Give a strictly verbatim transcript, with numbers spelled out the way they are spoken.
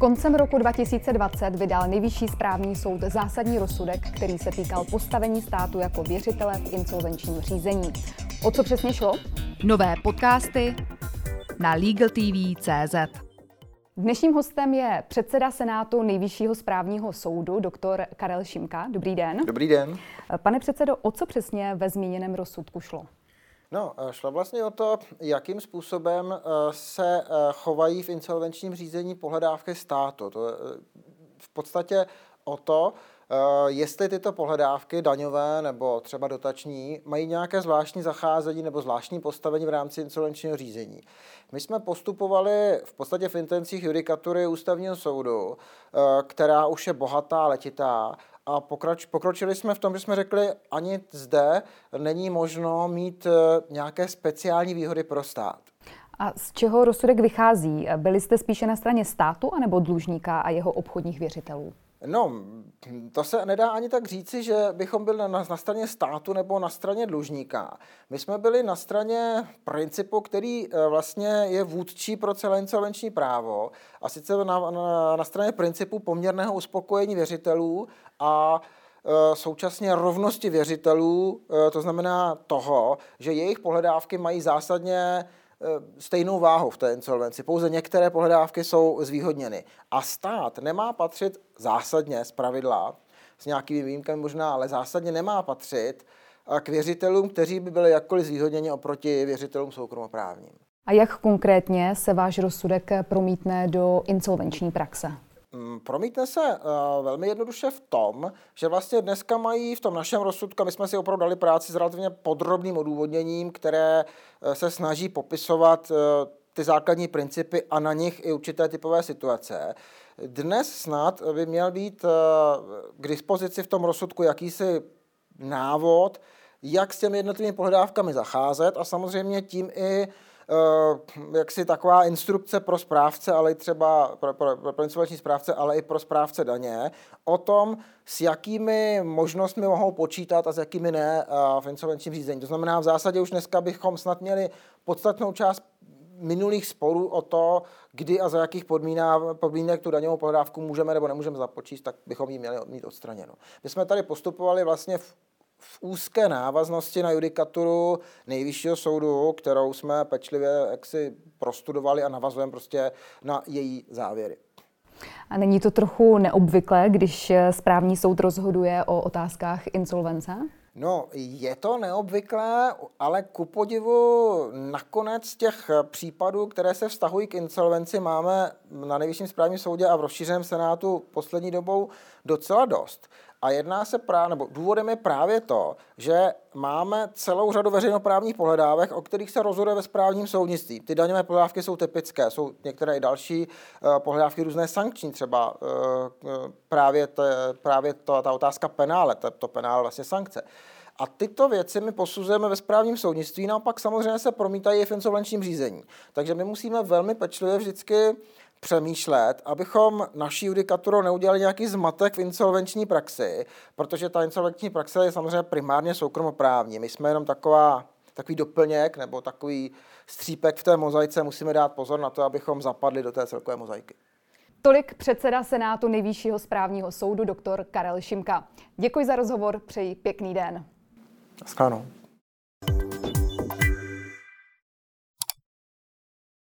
Koncem roku dva tisíce dvacet vydal Nejvyšší správní soud zásadní rozsudek, který se týkal postavení státu jako věřitele v insolvenčním řízení. O co přesně šlo? Nové podcasty na legal t v tečka cé zet. Dnešním hostem je předseda Senátu Nejvyššího správního soudu, doktor Karel Šimka. Dobrý den. Dobrý den. Pane předsedo, o co přesně ve zmíněném rozsudku šlo? No, šlo vlastně o to, jakým způsobem se chovají v insolvenčním řízení pohledávky státu. To je v podstatě o to, jestli tyto pohledávky daňové nebo třeba dotační mají nějaké zvláštní zacházení nebo zvláštní postavení v rámci insolvenčního řízení. My jsme postupovali v podstatě v intencích judikatury Ústavního soudu, která už je bohatá, letitá, a pokrač, pokročili jsme v tom, že jsme řekli, ani zde není možno mít nějaké speciální výhody pro stát. A z čeho rozsudek vychází? Byli jste spíše na straně státu anebo dlužníka a jeho obchodních věřitelů? No, to se nedá ani tak říci, že bychom byli na, na straně státu nebo na straně dlužníka. My jsme byli na straně principu, který vlastně je vůdčí pro celé insolvenční právo, a sice na, na, na straně principu poměrného uspokojení věřitelů a e, současně rovnosti věřitelů, e, to znamená toho, že jejich pohledávky mají zásadně stejnou váhu v té insolvenci. Pouze některé pohledávky jsou zvýhodněny. A stát nemá patřit zásadně z pravidla, s nějakými výjimkami možná, ale zásadně nemá patřit k věřitelům, kteří by byli jakkoliv zvýhodněni oproti věřitelům soukromoprávním. A jak konkrétně se váš rozsudek promítne do insolvenční praxe? Promítne se uh, velmi jednoduše v tom, že vlastně dneska mají v tom našem rozsudku, my jsme si opravdu dali práci s relativně podrobným odůvodněním, které uh, se snaží popisovat uh, ty základní principy a na nich i určité typové situace. Dnes snad by měl být uh, k dispozici v tom rozsudku jakýsi návod, jak s těmi jednotlivými pohledávkami zacházet, a samozřejmě tím i jaksi taková instrukce pro správce, ale i třeba pro, pro, pro insolvenční správce, ale i pro správce daně o tom, s jakými možnostmi mohou počítat a s jakými ne v insolvenčním řízení. To znamená, v zásadě už dneska bychom snad měli podstatnou část minulých sporů o to, kdy a za jakých podmínek tu daňovou pohledávku můžeme nebo nemůžeme započíst, tak bychom ji měli mít odstraněno. My jsme tady postupovali vlastně v v úzké návaznosti na judikaturu Nejvyššího soudu, kterou jsme pečlivě jaksi prostudovali a navazujeme prostě na její závěry. A není to trochu neobvyklé, když správní soud rozhoduje o otázkách insolvence? No, je to neobvyklé, ale ku podivu nakonec těch případů, které se vztahují k insolvenci, máme na Nejvyšším správním soudě a v rozšířeném senátu poslední dobou docela dost. A jedná se právě, nebo důvodem je právě to, že máme celou řadu veřejnoprávních pohledávek, o kterých se rozhoduje ve správním soudnictví. Ty daňové pohledávky jsou typické, jsou některé i další uh, pohledávky různé sankční, třeba uh, právě, te, právě to, ta otázka penále, to, to penále vlastně sankce. A tyto věci my posuzujeme ve správním soudnictví, naopak samozřejmě se promítají i v insolvenčním řízení. Takže my musíme velmi pečlivě vždycky přemýšlet, abychom naší judikaturou neudělali nějaký zmatek v insolvenční praxi, protože ta insolvenční praxe je samozřejmě primárně soukromoprávní. My jsme jenom taková, takový doplněk nebo takový střípek v té mozaice, musíme dát pozor na to, abychom zapadli do té celkové mozaiky. Tolik předseda Senátu Nejvyššího správního soudu doktor Karel Šimka. Děkuji za rozhovor, přeji pěkný den. Naschledanou.